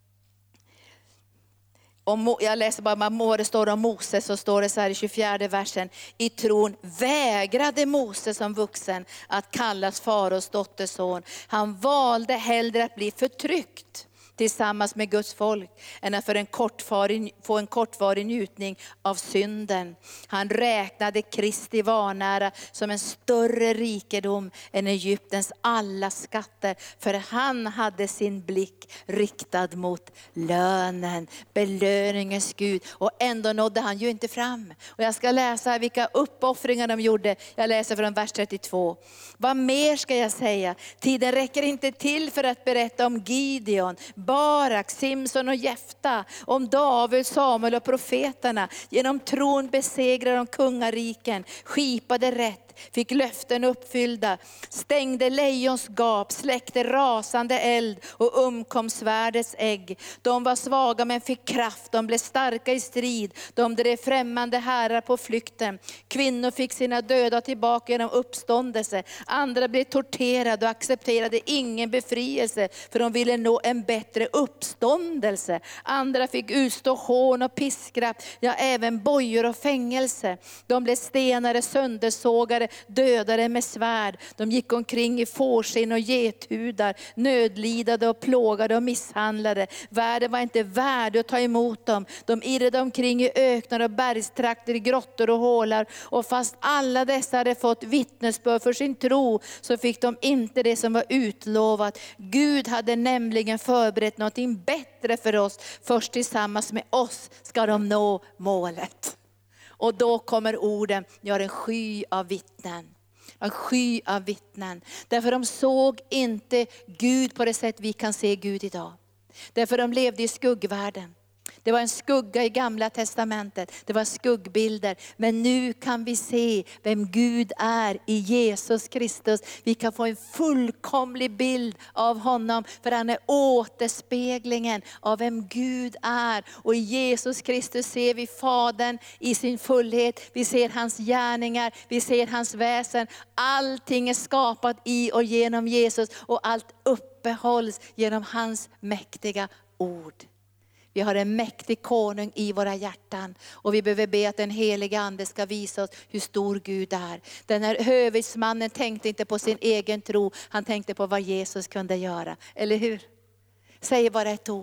Speaker 1: Om, jag läser bara vad det står om Moses, så står det så här i tjugofjärde versen. I tron vägrade Moses som vuxen att kallas faraos dotterson. Han valde hellre att bli förtryckt tillsammans med Guds folk än att för en kortvarig, få en kortvarig njutning av synden. Han räknade Kristi vanära som en större rikedom än Egyptens alla skatter. För han hade sin blick riktad mot lönen, belöningens Gud. Och ändå nådde han ju inte fram. Och jag ska läsa vilka uppoffringar de gjorde. Jag läser från vers trettiotvå. Vad mer ska jag säga? Tiden räcker inte till för att berätta om Gideon, Barak, Simson och Jefta, om David, Samuel och profeterna. Genom tron besegrar de kungariken, skipade rätt, fick löften uppfyllda, stängde lejons gap, släckte rasande eld och umkom svärdets ägg. De var svaga men fick kraft, de blev starka i strid, de drev främmande herrar på flykten. Kvinnor fick sina döda tillbaka genom uppståndelse. Andra blev torterade och accepterade ingen befrielse för de ville nå en bättre uppståndelse. Andra fick utstå hån och piskrapp, ja även bojor och fängelse. De blev stenare, söndersågade, dödade med svärd. De gick omkring i fårskinn och gethudar, nödlidade och plågade och misshandlade. Världen var inte värd att ta emot dem. De irrade omkring i öknar och bergstrakter, i grottor och hålar. Och fast alla dessa hade fått vittnesbörd för sin tro, så fick de inte det som var utlovat. Gud hade nämligen förberett någonting bättre för oss. Först tillsammans med oss ska de nå målet. Och då kommer orden, jag har en sky av vittnen. En sky av vittnen. Därför de såg inte Gud på det sätt vi kan se Gud idag. Därför de levde i skuggvärlden. Det var en skugga i Gamla testamentet. Det var skuggbilder. Men nu kan vi se vem Gud är i Jesus Kristus. Vi kan få en fullkomlig bild av honom. För han är återspeglingen av vem Gud är. Och i Jesus Kristus ser vi Fadern i sin fullhet. Vi ser hans gärningar. Vi ser hans väsen. Allting är skapat i och genom Jesus. Och allt uppehålls genom hans mäktiga ord. Vi har en mäktig konung i våra hjärtan. Och vi behöver be att den heliga ande ska visa oss hur stor Gud är. Den här hövitsmannen tänkte inte på sin egen tro. Han tänkte på vad Jesus kunde göra. Eller hur? Säg bara ett ord.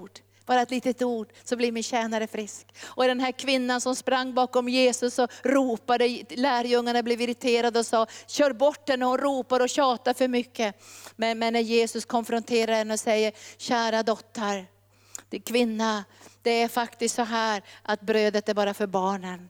Speaker 1: Bara ett litet ord så blir min tjänare frisk. Och den här kvinnan som sprang bakom Jesus och ropade, lärjungarna blev irriterade och sa, kör bort henne, hon ropar och tjatar för mycket. Men, men när Jesus konfronterar henne och säger, kära dotter, det kvinna, det är faktiskt så här att brödet är bara för barnen.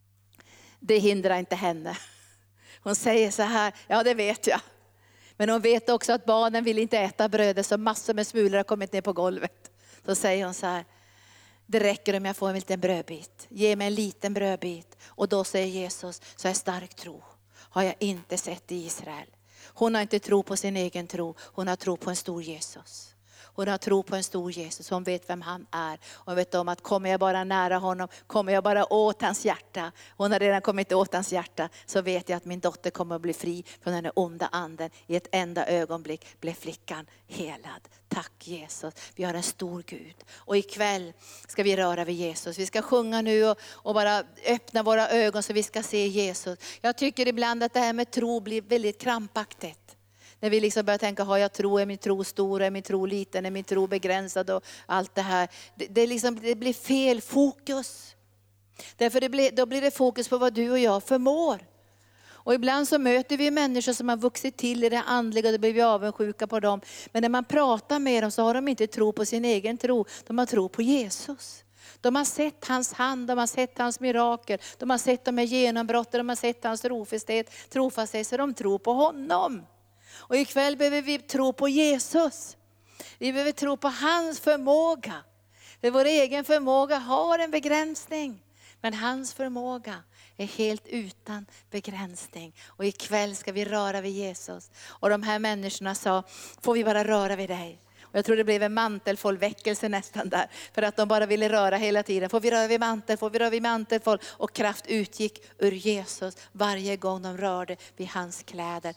Speaker 1: Det hindrar inte henne. Hon säger så här, ja det vet jag. Men hon vet också att barnen vill inte äta brödet, så massor med smulor har kommit ner på golvet. Då säger hon så här, det räcker om jag får en liten brödbit. Ge mig en liten brödbit. Och då säger Jesus, så är stark tro har jag inte sett i Israel. Hon har inte tro på sin egen tro, hon har tro på en stor Jesus. Hon har tro på en stor Jesus, hon vet vem han är. Hon vet om att kommer jag bara nära honom, kommer jag bara åt hans hjärta. Hon har redan kommit åt hans hjärta, så vet jag att min dotter kommer att bli fri från den onda anden. I ett enda ögonblick blev flickan helad. Tack Jesus, vi har en stor Gud. Och ikväll ska vi röra vid Jesus. Vi ska sjunga nu och, och bara öppna våra ögon så vi ska se Jesus. Jag tycker ibland att det här med tro blir väldigt krampaktigt. När vi liksom börjar tänka, har jag tro, är min tro stor, är min tro liten, är min tro begränsad och allt det här. Det, det, liksom, det blir fel fokus. Därför det blir, då blir det fokus på vad du och jag förmår. Och ibland så möter vi människor som har vuxit till i det andliga och då blir vi avundsjuka på dem. Men när man pratar med dem så har de inte tro på sin egen tro, de har tro på Jesus. De har sett hans hand, de har sett hans mirakel, de har sett de här genombrotten, de har sett hans trofasthet, trofasthet, så de tror på honom. Och ikväll behöver vi tro på Jesus. Vi behöver tro på hans förmåga. För vår egen förmåga har en begränsning. Men hans förmåga är helt utan begränsning. Och ikväll ska vi röra vid Jesus. Och de här människorna sa, får vi bara röra vid dig? Och jag tror det blev en mantelfållväckelse nästan där. För att de bara ville röra hela tiden. Får vi röra vid mantel, får vi röra vid mantelfåll. Och kraft utgick ur Jesus varje gång de rörde vid hans kläder.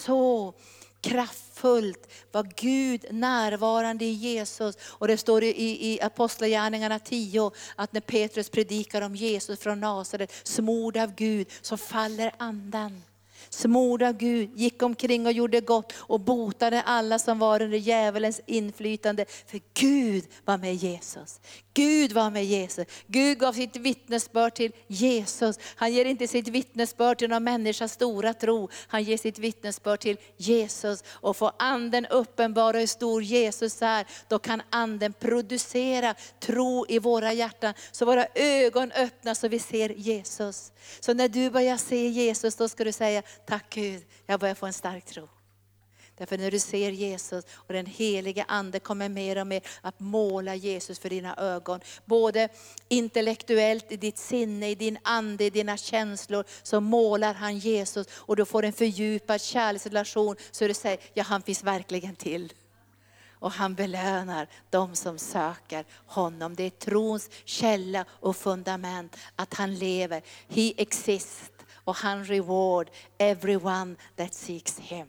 Speaker 1: Så kraftfullt var Gud närvarande i Jesus. Och det står i, i Apostlagärningarna tio att när Petrus predikar om Jesus från Nasaret, smord av Gud, så faller andan. Smord av Gud, gick omkring och gjorde gott och botade alla som var under djävulens inflytande. För Gud var med Jesus. Gud var med Jesus. Gud gav sitt vittnesbörd till Jesus. Han ger inte sitt vittnesbörd till någon människas stora tro. Han ger sitt vittnesbörd till Jesus. Och får anden uppenbara hur stor Jesus är, då kan anden producera tro i våra hjärtan. Så våra ögon öppnas så vi ser Jesus. Så när du börjar se Jesus, då ska du säga, tack Gud, jag börjar få en stark tro. Därför när du ser Jesus och den heliga ande kommer mer och mer att måla Jesus för dina ögon. Både intellektuellt i ditt sinne, i din ande, i dina känslor, så målar han Jesus. Och du får en fördjupad kärleksrelation så du säger, ja han finns verkligen till. Och han belönar de som söker honom. Det är trons källa och fundament att han lever. He exists och han reward everyone that seeks him.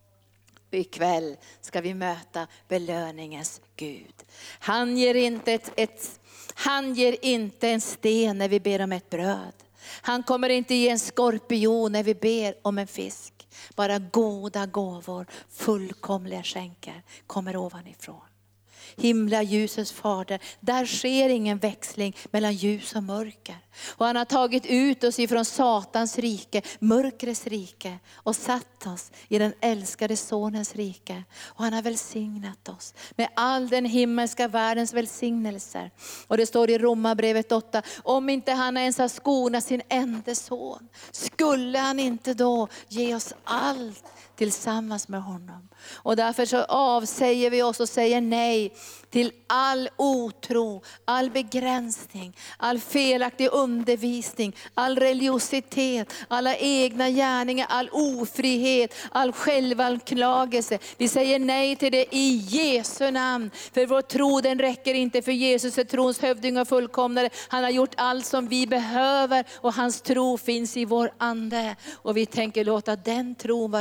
Speaker 1: Ikväll ska vi möta belöningens Gud. Han ger inte ett, ett, han ger inte en sten när vi ber om ett bröd. Han kommer inte ge en skorpion när vi ber om en fisk. Bara goda gåvor, fullkomliga skänker kommer ovanifrån. Himla ljusets fader, där sker ingen växling mellan ljus och mörker. Och han har tagit ut oss ifrån Satans rike, mörkrets rike, och satt oss i den älskade sonens rike. Och han har välsignat oss med all den himmelska världens välsignelser. Och det står i Romarbrevet åtta, om inte han ens har skonat sin enda son, skulle han inte då ge oss allt tillsammans med honom. Och därför så avsäger vi oss och säger nej till all otro, all begränsning, all felaktig undervisning, all religiositet, alla egna gärningar, all ofrihet, all självanklagelse. Vi säger nej till det i Jesu namn. För vår tro, den räcker inte, för Jesus är trons hövding och fullkomnare. Han har gjort allt som vi behöver och hans tro finns i vår ande. Och vi tänker låta den tron vara verksam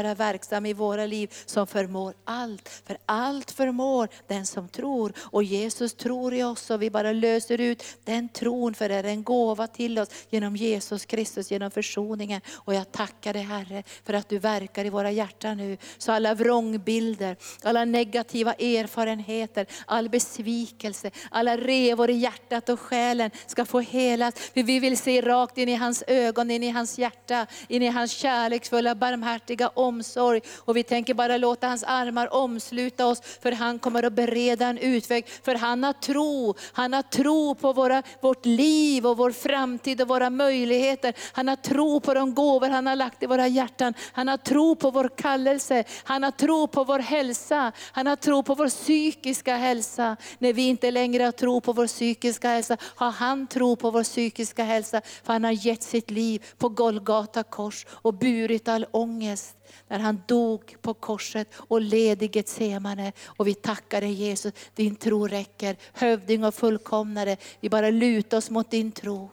Speaker 1: verksam i våra liv, som förmår allt. För allt förmår den som tror. Och Jesus tror i oss, och vi bara löser ut den tron, för det är en gåva till oss genom Jesus Kristus, genom försoningen. Och jag tackar dig, Herre, för att du verkar i våra hjärtan nu. Så alla vrångbilder, alla negativa erfarenheter, all besvikelse, alla revor i hjärtat och själen ska få helas. För vi vill se rakt in i hans ögon, in i hans hjärta, in i hans kärleksfulla, barmhärtiga omsorg. Och vi tänker bara låta hans armar omsluta oss, för han kommer att bereda en utväg. För han har tro, han har tro på våra, vårt liv och vår framtid och våra möjligheter. Han har tro på de gåvor han har lagt i våra hjärtan. Han har tro på vår kallelse, han har tro på vår hälsa, han har tro på vår psykiska hälsa. När vi inte längre har tro på vår psykiska hälsa, har han tro på vår psykiska hälsa. För han har gett sitt liv på Golgata kors och burit all ångest när han dog på korset och led i Getsemane. Och vi tackar dig, Jesus, din tro räcker. Hövding och fullkomnare, vi bara lutar oss mot din tro.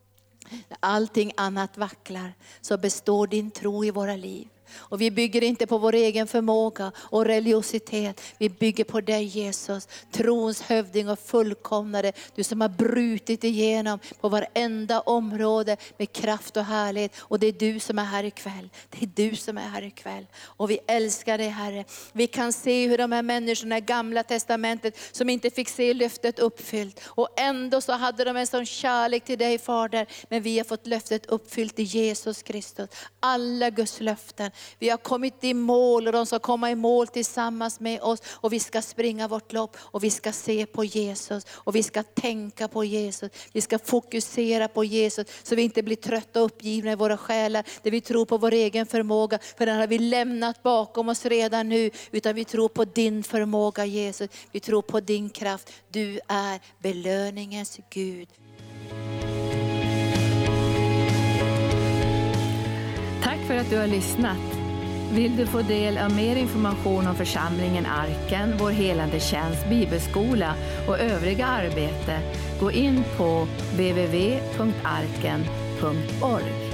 Speaker 1: När allting annat vacklar så består din tro i våra liv. Och vi bygger inte på vår egen förmåga och religiositet. Vi bygger på dig, Jesus, trons hövding och fullkomnare. Du som har brutit igenom på varenda område med kraft och härlighet. Och det är du som är här ikväll. Det är du som är här ikväll. Och vi älskar dig, Herre. Vi kan se hur de här människorna i Gamla testamentet som inte fick se löftet uppfyllt. Och ändå så hade de en sån kärlek till dig, Fader. Men vi har fått löftet uppfyllt i Jesus Kristus. Alla Guds löften. Vi har kommit i mål, och de ska komma i mål tillsammans med oss. Och vi ska springa vårt lopp, och vi ska se på Jesus. Och vi ska tänka på Jesus. Vi ska fokusera på Jesus, så vi inte blir trötta och uppgivna i våra själar. Där vi tror på vår egen förmåga, för den har vi lämnat bakom oss redan nu. Utan vi tror på din förmåga, Jesus. Vi tror på din kraft. Du är belöningens Gud.
Speaker 2: Tack för att du har lyssnat. Vill du få del av mer information om församlingen Arken, vår helande tjänst, bibelskola och övriga arbete, gå in på w w w punkt arken punkt org.